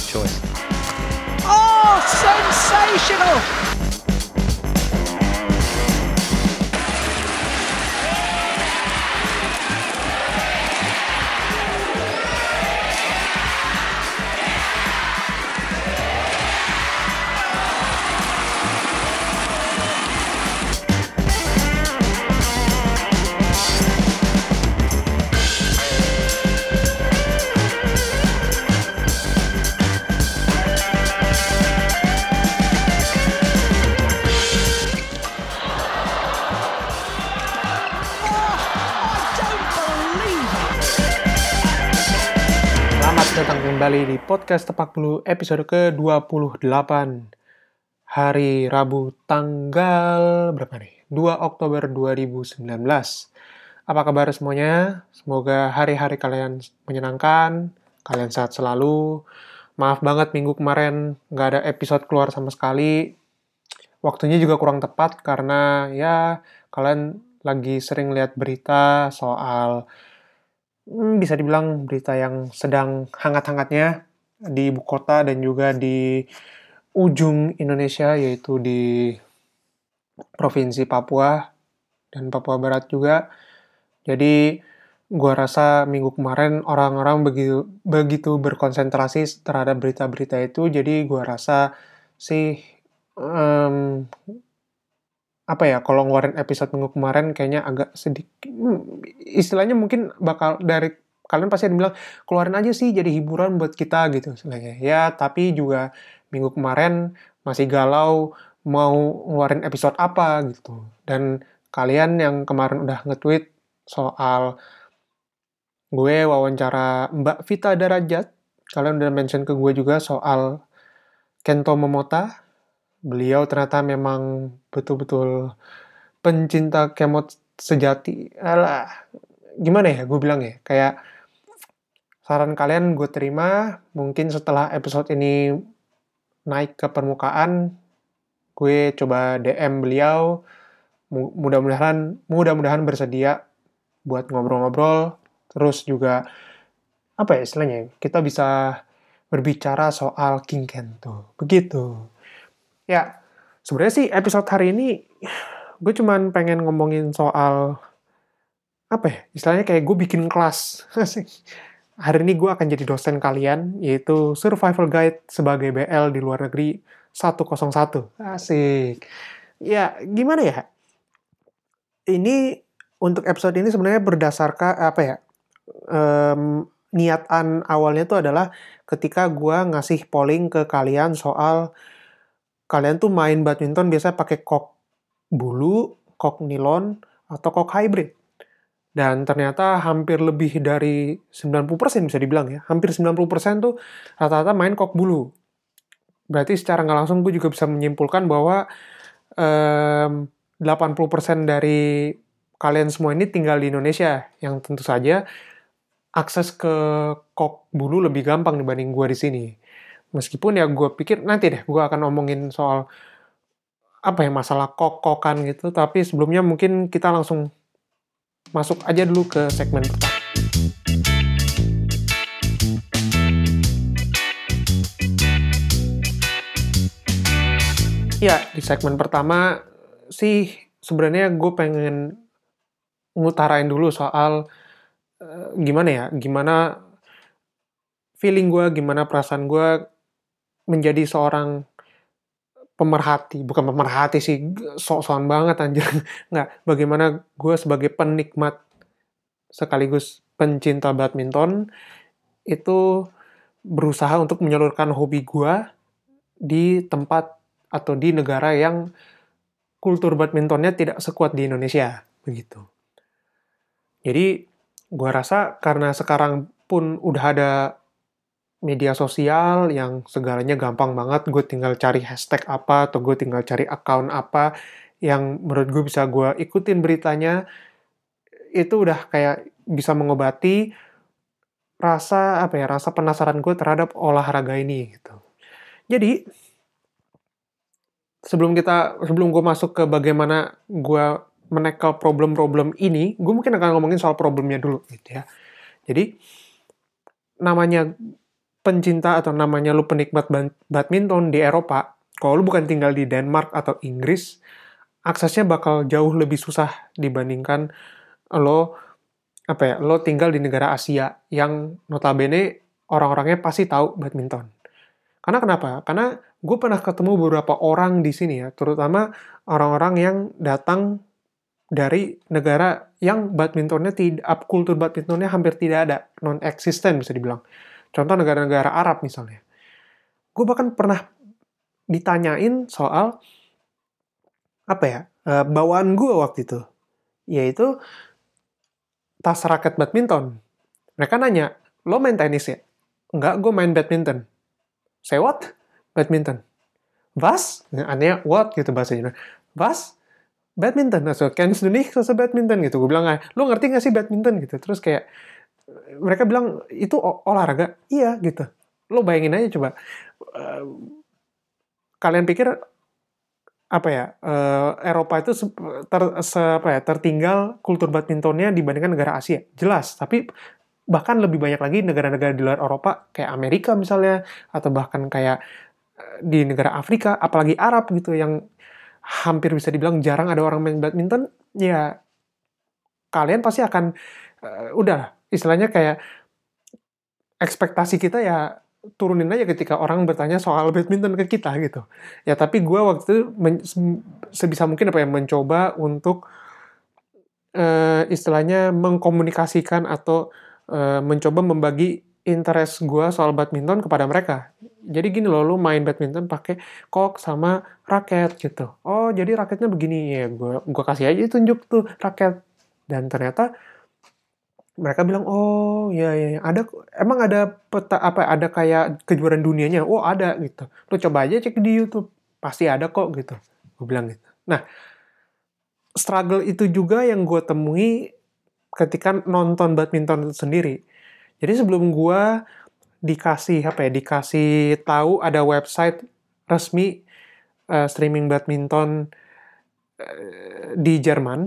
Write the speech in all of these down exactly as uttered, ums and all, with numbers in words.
choice. Oh, sensational! Datang kembali di podcast Tepak Bulu episode ke dua puluh delapan. Hari Rabu tanggal berapa nih? dua Oktober dua ribu sembilan belas. Apa kabar semuanya? Semoga hari-hari kalian menyenangkan, kalian sehat selalu. Maaf banget minggu kemarin nggak ada episode keluar sama sekali. Waktunya juga kurang tepat karena ya kalian lagi sering lihat berita soal Hmm, bisa dibilang berita yang sedang hangat-hangatnya di ibu kota dan juga di ujung Indonesia, yaitu di Provinsi Papua dan Papua Barat juga. Jadi, gua rasa minggu kemarin orang-orang begitu, begitu berkonsentrasi terhadap berita-berita itu, jadi gua rasa sih em, apa ya, kalau ngeluarin episode minggu kemarin kayaknya agak sedikit, hmm, istilahnya mungkin bakal dari kalian pasti ada yang bilang, keluarin aja sih jadi hiburan buat kita gitu istilahnya. Ya, tapi juga minggu kemarin masih galau mau ngeluarin episode apa gitu. Dan kalian yang kemarin udah nge-tweet soal gue wawancara Mbak Vita Darajat, kalian udah mention ke gue juga soal Kento Momota. Beliau ternyata memang betul-betul pencinta kemot sejati. Alah, gimana ya gue bilang ya, kayak saran kalian gue terima. Mungkin setelah episode ini naik ke permukaan, gue coba D M beliau. Mudah-mudahan mudah-mudahan bersedia buat ngobrol-ngobrol. Terus juga apa ya istilahnya, kita bisa berbicara soal King Kento. Begitu. Ya, sebenarnya sih episode hari ini gue cuman pengen ngomongin soal apa ya, istilahnya kayak gue bikin kelas. Hari ini gue akan jadi dosen kalian, yaitu Survival Guide sebagai B L di luar negeri seratus satu. Asik. Ya, gimana ya? Ini, untuk episode ini sebenarnya berdasarkan, apa ya, um, niatan awalnya tuh adalah ketika gue ngasih polling ke kalian soal kalian tuh main badminton biasanya pakai kok bulu, kok nilon, atau kok hybrid. Dan ternyata hampir lebih dari sembilan puluh persen bisa dibilang ya. Hampir sembilan puluh persen tuh rata-rata main kok bulu. Berarti secara nggak langsung gue juga bisa menyimpulkan bahwa um, delapan puluh persen dari kalian semua ini tinggal di Indonesia. Yang tentu saja akses ke kok bulu lebih gampang dibanding gue di sini. Meskipun ya gue pikir nanti deh gue akan ngomongin soal apa ya masalah kok-kokan gitu, tapi sebelumnya mungkin kita langsung masuk aja dulu ke segmen pertama. Ya, di segmen pertama sih sebenarnya gue pengen ngutarain dulu soal uh, gimana ya, gimana feeling gue, gimana perasaan gue menjadi seorang pemerhati, bukan pemerhati sih, sok-sokan banget anjir. Nggak, bagaimana gue sebagai penikmat sekaligus pencinta badminton itu berusaha untuk menyalurkan hobi gue di tempat atau di negara yang kultur badmintonnya tidak sekuat di Indonesia, begitu. Jadi, gue rasa karena sekarang pun udah ada media sosial yang segalanya gampang banget, gue tinggal cari hashtag apa, atau gue tinggal cari account apa yang menurut gue bisa gue ikutin beritanya, itu udah kayak bisa mengobati rasa, apa ya, rasa penasaran gue terhadap olahraga ini, gitu. Jadi, sebelum kita, sebelum gue masuk ke bagaimana gue menekel problem-problem ini, gue mungkin akan ngomongin soal problemnya dulu, gitu ya. Jadi, namanya pencinta atau namanya lu penikmat badminton di Eropa, kalau lu bukan tinggal di Denmark atau Inggris, aksesnya bakal jauh lebih susah dibandingkan lo apa ya, lo tinggal di negara Asia yang notabene orang-orangnya pasti tahu badminton. Karena kenapa? Karena gue pernah ketemu beberapa orang di sini ya, terutama orang-orang yang datang dari negara yang badmintonnya tidak, kultur badmintonnya hampir tidak ada, non-existent bisa dibilang. Contoh negara-negara Arab misalnya. Gue bahkan pernah ditanyain soal apa ya, uh, bawaan gue waktu itu, yaitu tas raket badminton. Mereka nanya, lo main tenis ya? Enggak, gue main badminton. Say what? Badminton. Was? Anehnya, what? Gitu bahasanya. Was? Badminton. So, kennst du nicht so badminton? Gitu. Gue bilang, lo ngerti gak sih badminton? Gitu. Terus kayak, mereka bilang, itu olahraga? Iya, gitu. Lo bayangin aja coba. Uh, kalian pikir, apa ya, uh, Eropa itu ter, se, apa ya, tertinggal kultur badmintonnya dibandingkan negara Asia. Jelas, tapi bahkan lebih banyak lagi negara-negara di luar Eropa, kayak Amerika misalnya, atau bahkan kayak di negara Afrika, apalagi Arab gitu, yang hampir bisa dibilang jarang ada orang main badminton, ya kalian pasti akan, uh, udah, istilahnya kayak ekspektasi kita ya turunin aja ketika orang bertanya soal badminton ke kita gitu. Ya tapi gue waktu itu men- sebisa mungkin apa ya, mencoba untuk uh, istilahnya mengkomunikasikan atau uh, mencoba membagi interest gue soal badminton kepada mereka. Jadi gini loh, lu main badminton pakai kok sama raket gitu. Oh jadi raketnya begini ya, gue gue kasih aja tunjuk tuh raket. Dan ternyata mereka bilang, oh iya iya ada, emang ada peta apa ada kayak kejuaraan dunianya? Oh ada gitu. Lu coba aja cek di YouTube, pasti ada kok gitu. Gue bilang gitu. Nah, struggle itu juga yang gue temui ketika nonton badminton itu sendiri. Jadi sebelum gue dikasih apa ya, dikasih tahu ada website resmi uh, streaming badminton uh, di Jerman,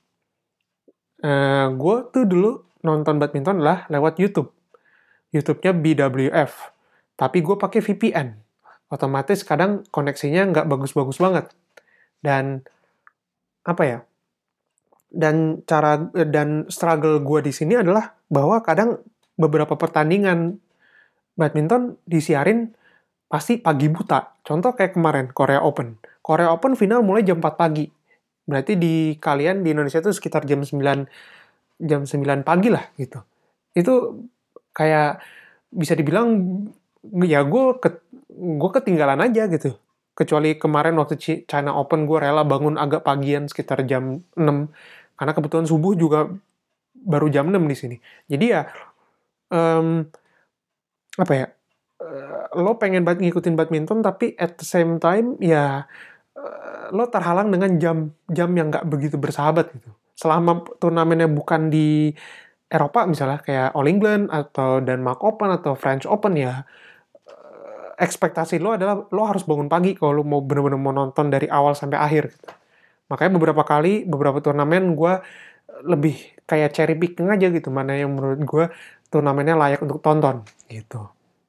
uh, gue tuh dulu nonton badminton lah lewat YouTube. YouTube-nya B W F. Tapi gue pakai V P N. Otomatis kadang koneksinya nggak bagus-bagus banget. Dan apa ya? Dan cara dan struggle gue di sini adalah bahwa kadang beberapa pertandingan badminton disiarin pasti pagi buta. Contoh kayak kemarin Korea Open. Korea Open final mulai jam empat pagi. Berarti di kalian di Indonesia itu sekitar jam sembilan jam sembilan pagi lah gitu. Itu kayak bisa dibilang ya gue ke, gue ketinggalan aja gitu. Kecuali kemarin waktu China Open gue rela bangun agak pagian sekitar jam enam karena kebetulan subuh juga baru jam enam di sini. Jadi ya um, apa ya? Uh, lo pengen banget ngikutin badminton tapi at the same time ya uh, lo terhalang dengan jam-jam yang nggak begitu bersahabat gitu. Selama turnamennya bukan di Eropa misalnya kayak All England atau Denmark Open atau French Open ya uh, ekspektasi lo adalah lo harus bangun pagi kalau lo mau bener-bener mau nonton dari awal sampai akhir gitu. Makanya beberapa kali beberapa turnamen gue lebih kayak cherry picking aja gitu, mana yang menurut gue turnamennya layak untuk tonton gitu.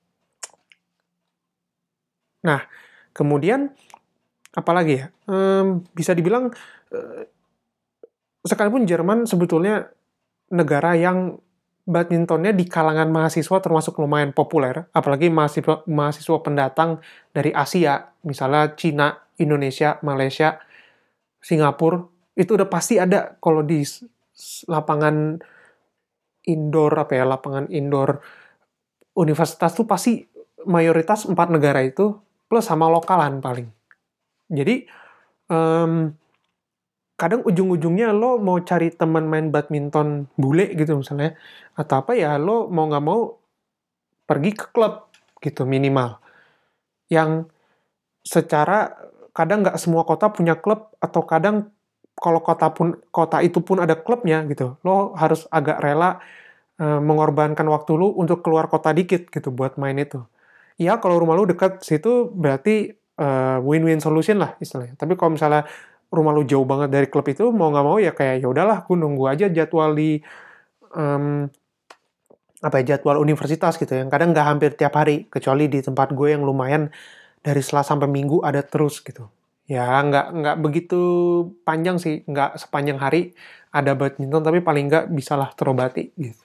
Nah, kemudian apalagi ya? Um, bisa dibilang uh, sekalipun Jerman sebetulnya negara yang badmintonnya di kalangan mahasiswa termasuk lumayan populer, apalagi mahasiswa mahasiswa pendatang dari Asia, misalnya Cina, Indonesia, Malaysia, Singapura, itu udah pasti ada kalau di lapangan indoor apa ya, lapangan indoor universitas tuh pasti mayoritas empat negara itu plus sama lokalan paling. Jadi um, kadang ujung-ujungnya lo mau cari teman main badminton bule gitu misalnya, atau apa ya lo mau nggak mau pergi ke klub gitu minimal. Yang secara kadang nggak semua kota punya klub, atau kadang kalau kota pun kota itu pun ada klubnya gitu, lo harus agak rela uh, mengorbankan waktu lo untuk keluar kota dikit gitu buat main itu. Ya kalau rumah lo dekat situ berarti uh, win-win solution lah istilahnya. Tapi kalau misalnya rumah lu jauh banget dari klub itu, mau nggak mau ya kayak ya udahlah, aku nunggu aja jadwal di um, apa ya, jadwal universitas gitu, yang kadang nggak hampir tiap hari, kecuali di tempat gue yang lumayan dari Selasa sampai Minggu ada terus gitu. Ya nggak nggak begitu panjang sih, nggak sepanjang hari ada badminton, tapi paling nggak bisalah terobati gitu.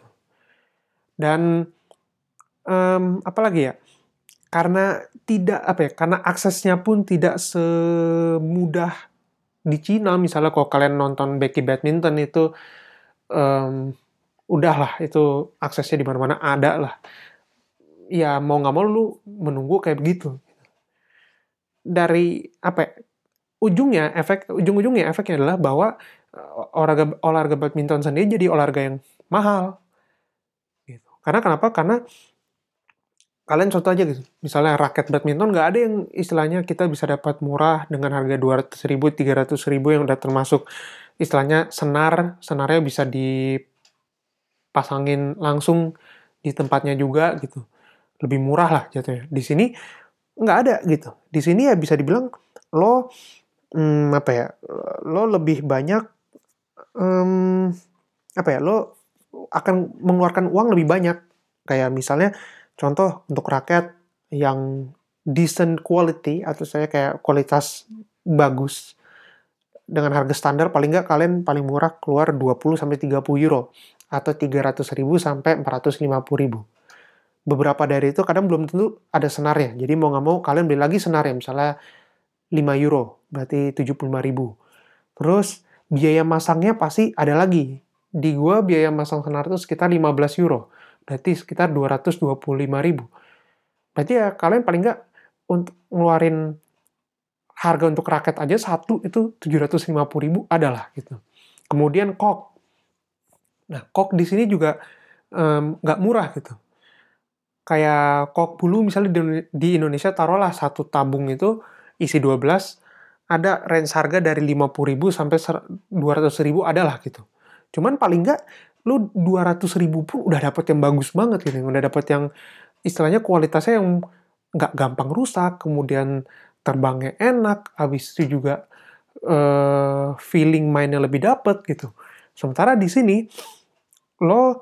Dan um, apalagi ya, karena tidak apa ya, karena aksesnya pun tidak semudah di Cina. Misalnya kalau kalian nonton Becky Badminton itu, um, udahlah itu aksesnya di mana-mana ada lah. Ya mau nggak mau lu menunggu kayak begitu. Dari apa ya, ujungnya efek ujung-ujungnya efeknya adalah bahwa uh, olahraga olahraga badminton sendiri jadi olahraga yang mahal. Gitu. Karena kenapa? Karena kalian contoh aja gitu, misalnya raket badminton nggak ada yang istilahnya kita bisa dapat murah dengan harga dua ratus ribu, tiga ratus ribu yang udah termasuk istilahnya senar, senarnya bisa dipasangin langsung di tempatnya juga gitu. Lebih murah lah jatuhnya. Di sini nggak ada gitu. Di sini ya bisa dibilang lo hmm, apa ya, lo lebih banyak um, apa ya, lo akan mengeluarkan uang lebih banyak. Kayak misalnya contoh untuk raket yang decent quality, atau saya kayak kualitas bagus dengan harga standar, paling nggak kalian paling murah keluar dua puluh sampai tiga puluh euro atau tiga ratus ribu sampai empat ratus lima puluh ribu. Beberapa dari itu kadang belum tentu ada senarnya. Jadi mau nggak mau kalian beli lagi senarnya, misalnya lima euro, berarti tujuh puluh lima ribu. Terus biaya masangnya pasti ada lagi. Di gua biaya masang senar itu sekitar lima belas euro. Berarti sekitar dua ratus dua puluh lima ribu. Berarti ya kalian paling nggak untuk ngeluarin harga untuk raket aja satu itu tujuh ratus lima puluh ribu adalah gitu. Kemudian kok. Nah, kok di sini juga um, nggak murah gitu. Kayak kok bulu misalnya di Indonesia taruhlah satu tabung itu isi dua belas, ada range harga dari lima puluh ribu sampai dua ratus ribu adalah gitu. Cuman paling nggak lu dua ratus ribu pun udah dapet yang bagus banget gitu, udah dapet yang istilahnya kualitasnya yang nggak gampang rusak, kemudian terbangnya enak, habis itu juga uh, feeling mainnya lebih dapet gitu. Sementara di sini lo uh,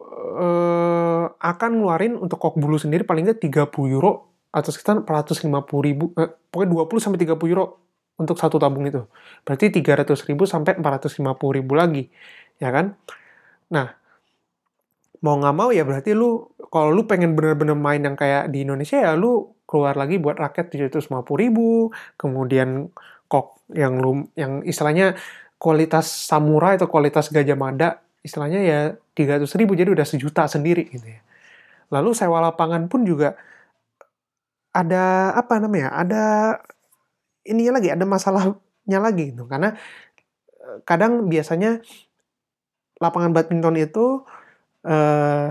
akan ngeluarin untuk kok bulu sendiri paling nggak tiga puluh euro atau sekitar empat ratus lima puluh ribu, eh, pokoknya dua puluh sampai tiga puluh euro untuk satu tabung itu. Berarti tiga ratus ribu sampai empat ratus lima puluh ribu lagi, ya kan? Nah, mau nggak mau ya berarti lu, kalau lu pengen bener-bener main yang kayak di Indonesia ya lu keluar lagi buat raket tujuh ratus lima puluh ribu, kemudian kok yang lu, yang istilahnya kualitas samurai atau kualitas Gajah Mada, istilahnya ya tiga ratus ribu, jadi udah sejuta sendiri gitu ya. Lalu sewa lapangan pun juga ada apa namanya, ada ininya lagi, ada masalahnya lagi gitu. Karena kadang biasanya lapangan badminton itu uh,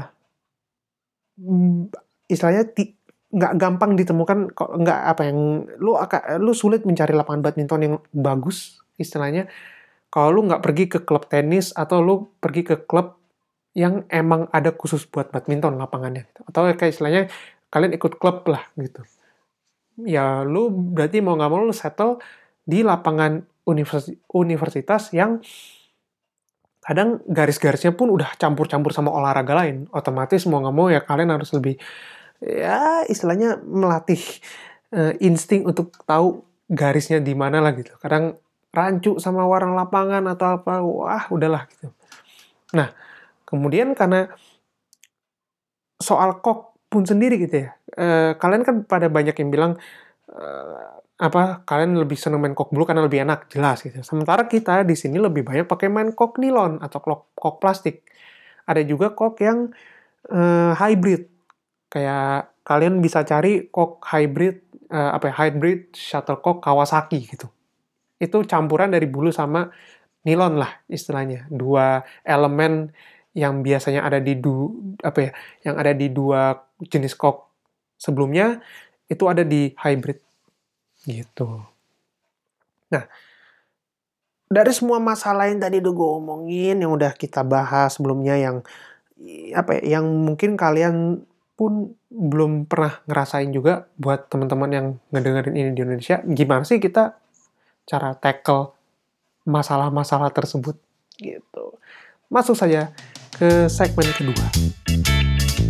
istilahnya ti, nggak gampang ditemukan, kok nggak apa yang lu akan lu sulit mencari lapangan badminton yang bagus istilahnya kalau lu nggak pergi ke klub tenis atau lu pergi ke klub yang emang ada khusus buat badminton lapangannya, atau kayak istilahnya kalian ikut klub lah gitu. Ya lu berarti mau nggak mau lu settle di lapangan universitas, universitas yang kadang garis-garisnya pun udah campur-campur sama olahraga lain. Otomatis mau nggak mau ya kalian harus lebih, ya istilahnya melatih uh, insting untuk tahu garisnya di mana lah gitu. Kadang rancu sama warna lapangan atau apa, wah udahlah gitu. Nah, kemudian karena soal kok pun sendiri gitu ya, uh, kalian kan pada banyak yang bilang uh, apa kalian lebih senang main kok bulu karena lebih enak, jelas gitu. Sementara kita di sini lebih banyak pakai main kok nilon atau kok, kok plastik. Ada juga kok yang uh, hybrid. Kayak kalian bisa cari kok hybrid, uh, apa ya, hybrid shuttlecock Kawasaki gitu. Itu campuran dari bulu sama nilon lah istilahnya. Dua elemen yang biasanya ada di du, apa ya, yang ada di dua jenis kok sebelumnya itu ada di hybrid. Gitu. Nah, dari semua masalah yang tadi udah gue omongin, yang udah kita bahas sebelumnya, yang apa ya, yang mungkin kalian pun belum pernah ngerasain juga buat teman-teman yang ngedengerin ini di Indonesia, gimana sih kita cara tackle masalah-masalah tersebut gitu. Masuk saja ke segmen kedua.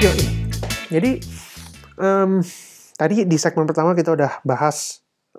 Yoi. Jadi um, tadi di segmen pertama kita udah bahas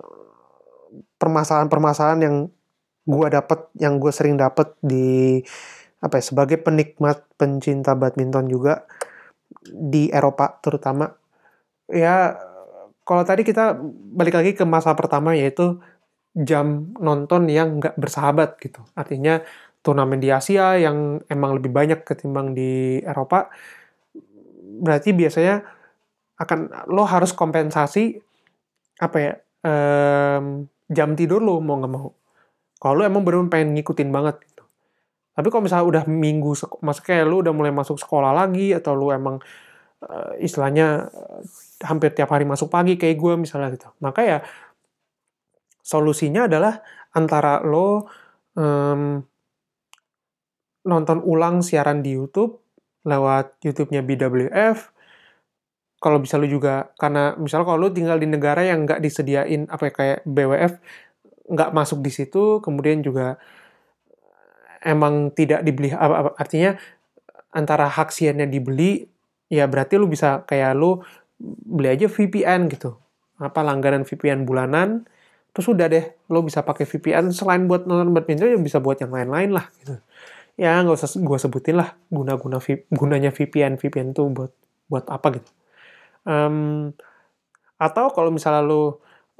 permasalahan-permasalahan yang gue dapet, yang gue sering dapet di apa ya, sebagai penikmat pencinta badminton juga di Eropa terutama. Ya, kalau tadi kita balik lagi ke masalah pertama, yaitu jam nonton yang nggak bersahabat gitu. Artinya turnamen di Asia yang emang lebih banyak ketimbang di Eropa, berarti biasanya akan lo harus kompensasi apa ya, um, jam tidur lo mau nggak mau. Kalau lo emang bener-bener pengen ngikutin banget gitu. Tapi kalau misalnya udah minggu, maksudnya kayak lo udah mulai masuk sekolah lagi, atau lo emang uh, istilahnya uh, hampir tiap hari masuk pagi kayak gue misalnya gitu. Maka ya solusinya adalah antara lo um, nonton ulang siaran di YouTube lewat YouTube-nya B W F. Kalau bisa lu juga, karena misalnya kalau lu tinggal di negara yang nggak disediain apa ya, kayak B W F nggak masuk di situ, kemudian juga emang tidak dibeli, artinya antara hak siarnya dibeli, ya berarti lu bisa kayak lu beli aja V P N gitu, apa langganan V P N bulanan, terus udah deh lu bisa pakai V P N selain buat nonton badminton ya bisa buat yang lain-lain lah gitu. Ya nggak usah gue sebutin lah guna-guna gunanya V P N V P N tuh buat buat apa gitu. Um, atau kalau misalnya lu uh,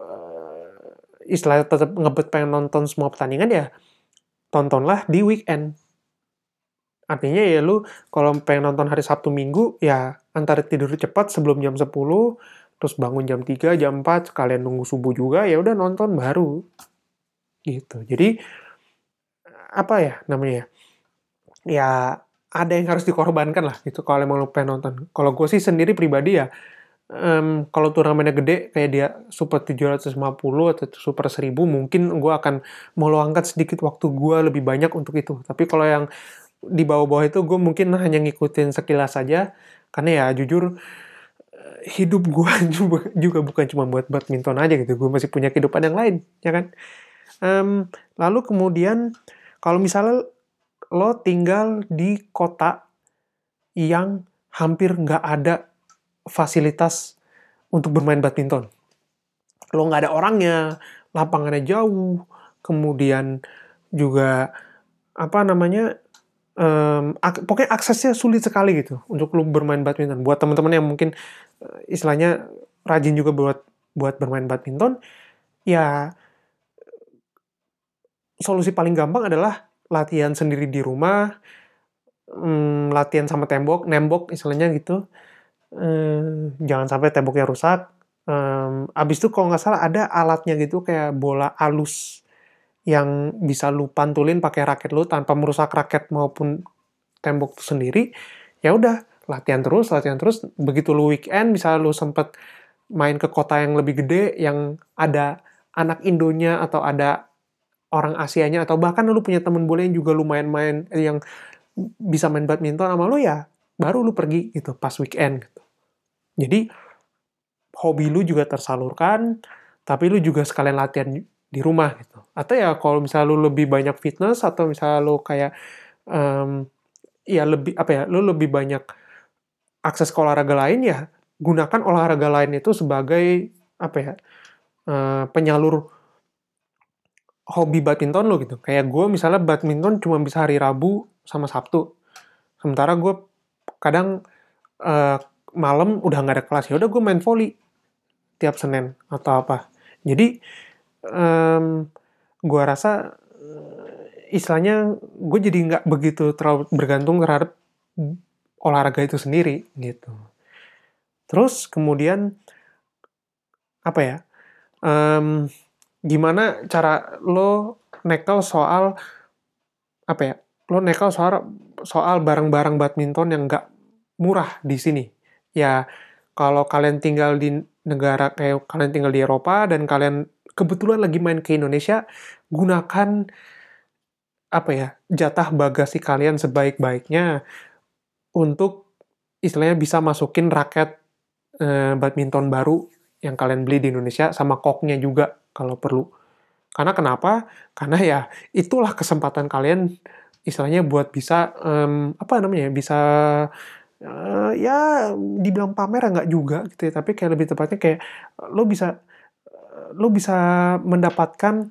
istilahnya tetap ngebet pengen nonton semua pertandingan, ya tontonlah di weekend. Artinya ya lu kalau pengen nonton hari Sabtu Minggu, ya antara tidur cepat sebelum jam sepuluh, terus bangun jam tiga, jam empat, sekalian nunggu subuh juga, ya udah nonton baru. Gitu. Jadi apa ya namanya? Ya ada yang harus dikorbankan lah gitu kalau emang lu pengen nonton. Kalau gue sih sendiri pribadi ya, Um, kalau turnamennya gede kayak dia Super tujuh ratus lima puluh atau Super seribu, mungkin gue akan meluangkan sedikit waktu gue lebih banyak untuk itu. Tapi kalau yang di bawah-bawah itu gue mungkin hanya ngikutin sekilas saja, karena ya jujur hidup gue juga, juga bukan cuma buat badminton aja gitu. Gue masih punya kehidupan yang lain, ya kan? Um, lalu kemudian kalau misalnya lo tinggal di kota yang hampir nggak ada fasilitas untuk bermain badminton. Lo nggak ada orangnya, lapangannya jauh, kemudian juga apa namanya, um, ak- pokoknya aksesnya sulit sekali gitu untuk lo bermain badminton. Buat teman-teman yang mungkin uh, istilahnya rajin juga buat buat bermain badminton, ya solusi paling gampang adalah latihan sendiri di rumah, um, latihan sama tembok, nembok istilahnya gitu. Um, jangan sampai temboknya rusak. Um, abis itu kalau nggak salah ada alatnya gitu kayak bola halus yang bisa lu pantulin pakai raket lu tanpa merusak raket maupun tembok itu sendiri. Ya udah latihan terus, latihan terus. Begitu lu weekend bisa lu sempet main ke kota yang lebih gede yang ada anak Indonya atau ada orang Asianya, atau bahkan lu punya temen bola yang juga lu main-main yang bisa main badminton sama lu, ya baru lu pergi gitu pas weekend gitu. Jadi hobi lu juga tersalurkan, tapi lu juga sekalian latihan di rumah gitu. Atau ya kalau misalnya lu lebih banyak fitness, atau misalnya lu kayak um, ya lebih apa ya, lu lebih banyak akses ke olahraga lain, ya gunakan olahraga lain itu sebagai apa ya, uh, penyalur hobi badminton lu gitu. Kayak gue misalnya badminton cuma bisa hari Rabu sama Sabtu. Sementara gue kadang uh, malam udah nggak ada kelas, ya udah gue main volley tiap Senin atau apa. Jadi um, gue rasa istilahnya gue jadi nggak begitu terlalu bergantung terhadap olahraga itu sendiri gitu. Terus kemudian apa ya? Um, gimana cara lo nekel soal apa ya? Lo nekel soal soal barang-barang badminton yang nggak murah di sini. Ya kalau kalian tinggal di negara kayak kalian tinggal di Eropa dan kalian kebetulan lagi main ke Indonesia, gunakan apa ya, jatah bagasi kalian sebaik-baiknya untuk istilahnya bisa masukin raket eh, badminton baru yang kalian beli di Indonesia sama koknya juga kalau perlu. Karena kenapa? Karena ya itulah kesempatan kalian istilahnya buat bisa um, apa namanya? bisa uh, ya dibilang pamer nggak juga gitu ya, tapi kayak lebih tepatnya kayak lo bisa lo bisa mendapatkan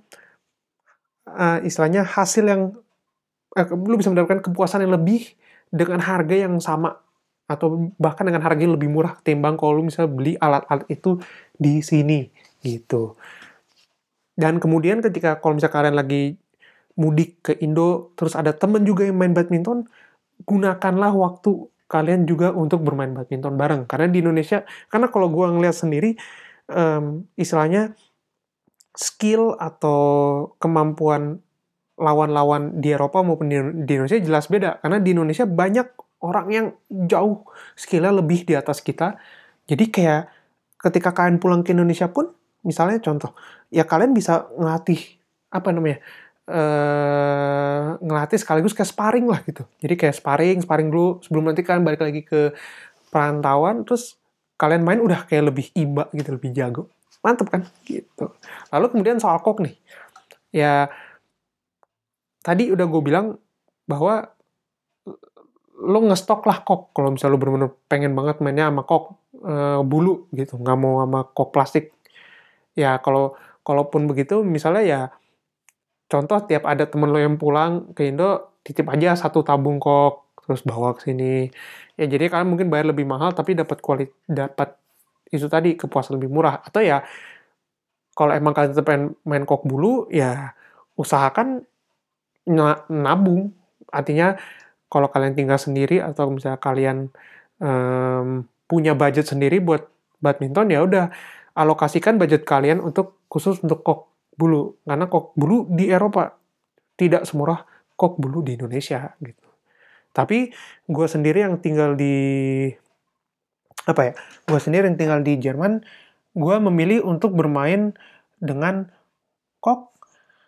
uh, istilahnya hasil yang uh, lo bisa mendapatkan kepuasan yang lebih dengan harga yang sama atau bahkan dengan harga yang lebih murah ketimbang kalau lo misalnya beli alat-alat itu di sini gitu. Dan kemudian ketika kalau misalnya kalian lagi mudik ke Indo, terus ada temen juga yang main badminton, gunakanlah waktu kalian juga untuk bermain badminton bareng. Karena di Indonesia, karena kalau gue ngeliat sendiri, um, istilahnya skill atau kemampuan lawan-lawan di Eropa maupun di, di Indonesia jelas beda. Karena di Indonesia banyak orang yang jauh skillnya lebih di atas kita. Jadi kayak ketika kalian pulang ke Indonesia pun, misalnya contoh, ya kalian bisa ngelatih, apa namanya, Uh, ngelatih sekaligus kayak sparring lah gitu. Jadi kayak sparring, sparring dulu sebelum nanti kalian balik lagi ke perantauan, terus kalian main udah kayak lebih iba gitu, lebih jago. Mantep kan? Gitu. Lalu kemudian soal kok nih. Ya, tadi udah gue bilang bahwa lo ngestok lah kok kalau misalnya lo bener-bener pengen banget mainnya sama kok uh, bulu gitu, nggak mau sama kok plastik. Ya kalau kalaupun begitu, misalnya ya contoh tiap ada temen lo yang pulang ke Indo, titip aja satu tabung kok, terus bawa ke sini. Ya jadi kalian mungkin bayar lebih mahal, tapi dapat kualitas, dapat itu tadi kepuasan lebih murah. Atau ya kalau emang kalian tetap pengen main kok bulu, ya usahakan nabung. Artinya kalau kalian tinggal sendiri atau misalnya kalian um, punya budget sendiri buat badminton, ya udah alokasikan budget kalian untuk khusus untuk kok bulu, karena kok bulu di Eropa tidak semurah kok bulu di Indonesia gitu. Tapi gue sendiri yang tinggal di apa ya? Gue sendiri yang tinggal di Jerman, gue memilih untuk bermain dengan kok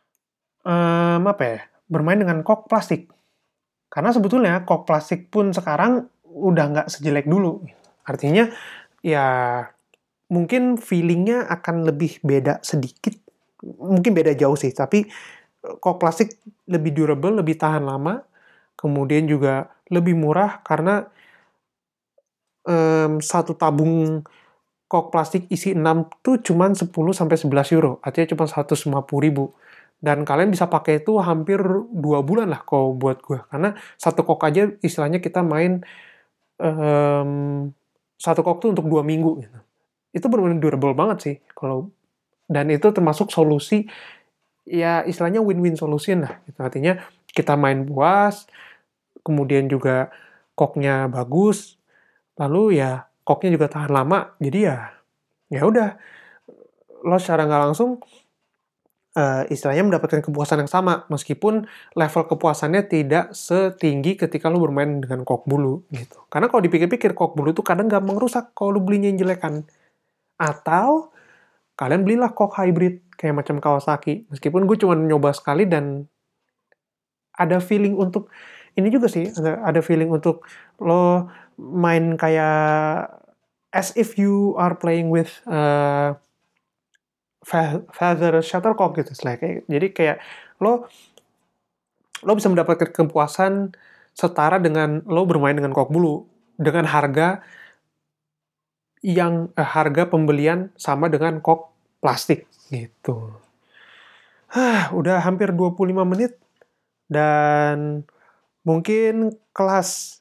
um, apa ya? Bermain dengan kok plastik. Karena sebetulnya kok plastik pun sekarang udah nggak sejelek dulu. Artinya ya mungkin feelingnya akan lebih beda sedikit. Mungkin beda jauh sih, tapi kok plastik lebih durable, lebih tahan lama, kemudian juga lebih murah karena um, satu tabung kok plastik isi enam tuh cuma sepuluh sampai sebelas euro, artinya cuma seratus lima puluh ribu. Dan kalian bisa pakai itu hampir dua bulan lah kalau buat gue, karena satu kok aja istilahnya kita main um, satu kok tuh untuk dua minggu gitu. Itu benar-benar durable banget sih kalau. Dan itu termasuk solusi, ya istilahnya win-win solution lah. Gitu. Artinya kita main puas, kemudian juga koknya bagus, lalu ya koknya juga tahan lama. Jadi ya, ya udah, lo secara nggak langsung uh, istilahnya mendapatkan kepuasan yang sama, meskipun level kepuasannya tidak setinggi ketika lo bermain dengan kok bulu gitu. Karena kalau dipikir-pikir kok bulu tuh kadang gampang rusak kalau lo belinya yang jelekan. Atau kalian belilah kok hybrid kayak macam Kawasaki. Meskipun gue cuma nyoba sekali dan ada feeling untuk ini juga sih, ada, ada feeling untuk lo main kayak as if you are playing with uh, feather shuttlecock gitu. Like, jadi kayak lo lo bisa mendapatkan kepuasan setara dengan lo bermain dengan kok bulu dengan harga yang eh, harga pembelian sama dengan kok plastik gitu. Hah, udah hampir dua puluh lima menit dan mungkin kelas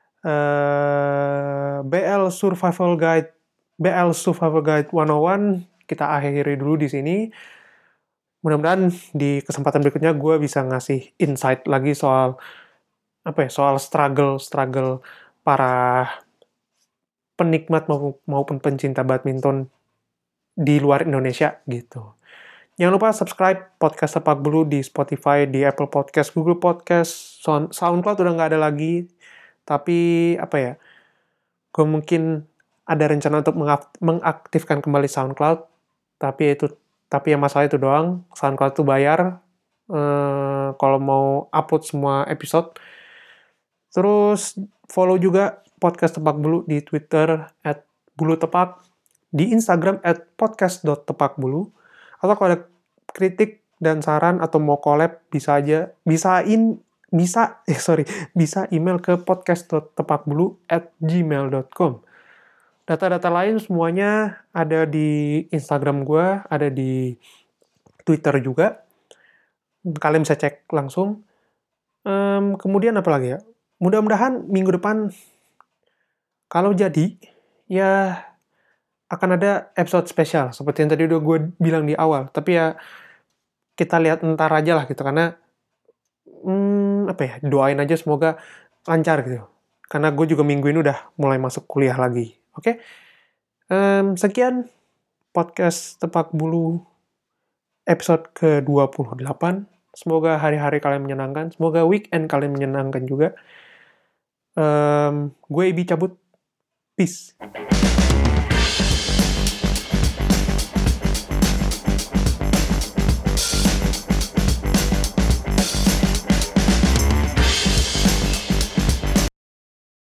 uh, B L Survival Guide B L Survival Guide seratus satu kita akhiri dulu di sini. Mudah-mudahan di kesempatan berikutnya gue bisa ngasih insight lagi soal apa ya, soal struggle struggle para penikmat maupun pencinta badminton di luar Indonesia gitu. Jangan lupa subscribe podcast Sepak Bulu di Spotify, di Apple Podcast, Google Podcast, SoundCloud udah nggak ada lagi. Tapi apa ya, gue mungkin ada rencana untuk mengaktifkan kembali SoundCloud. Tapi itu, tapi yang masalah itu doang. SoundCloud itu bayar eh, kalau mau upload semua episode. Terus follow juga podcast Tepak Bulu di Twitter at bulu tepak, di Instagram at podcast dot tepak bulu. Atau kalau ada kritik dan saran atau mau collab, bisa aja, bisain bisa, eh sorry, bisa email ke podcast dot tepakbulu at gmail dot com. Data-data lain semuanya ada di Instagram gue, ada di Twitter juga. Kalian bisa cek langsung. Um, kemudian apa lagi ya? Mudah-mudahan minggu depan, kalau jadi, ya akan ada episode spesial. Seperti yang tadi udah gue bilang di awal. Tapi ya, kita lihat ntar aja lah gitu. Karena, hmm, apa ya, doain aja semoga lancar gitu. Karena gue juga minggu ini udah mulai masuk kuliah lagi. Oke? Okay? Um, sekian podcast Tepak Bulu episode ke dua puluh delapan. Semoga hari-hari kalian menyenangkan. Semoga weekend kalian menyenangkan juga. Um, gue Ibi cabut. Peace.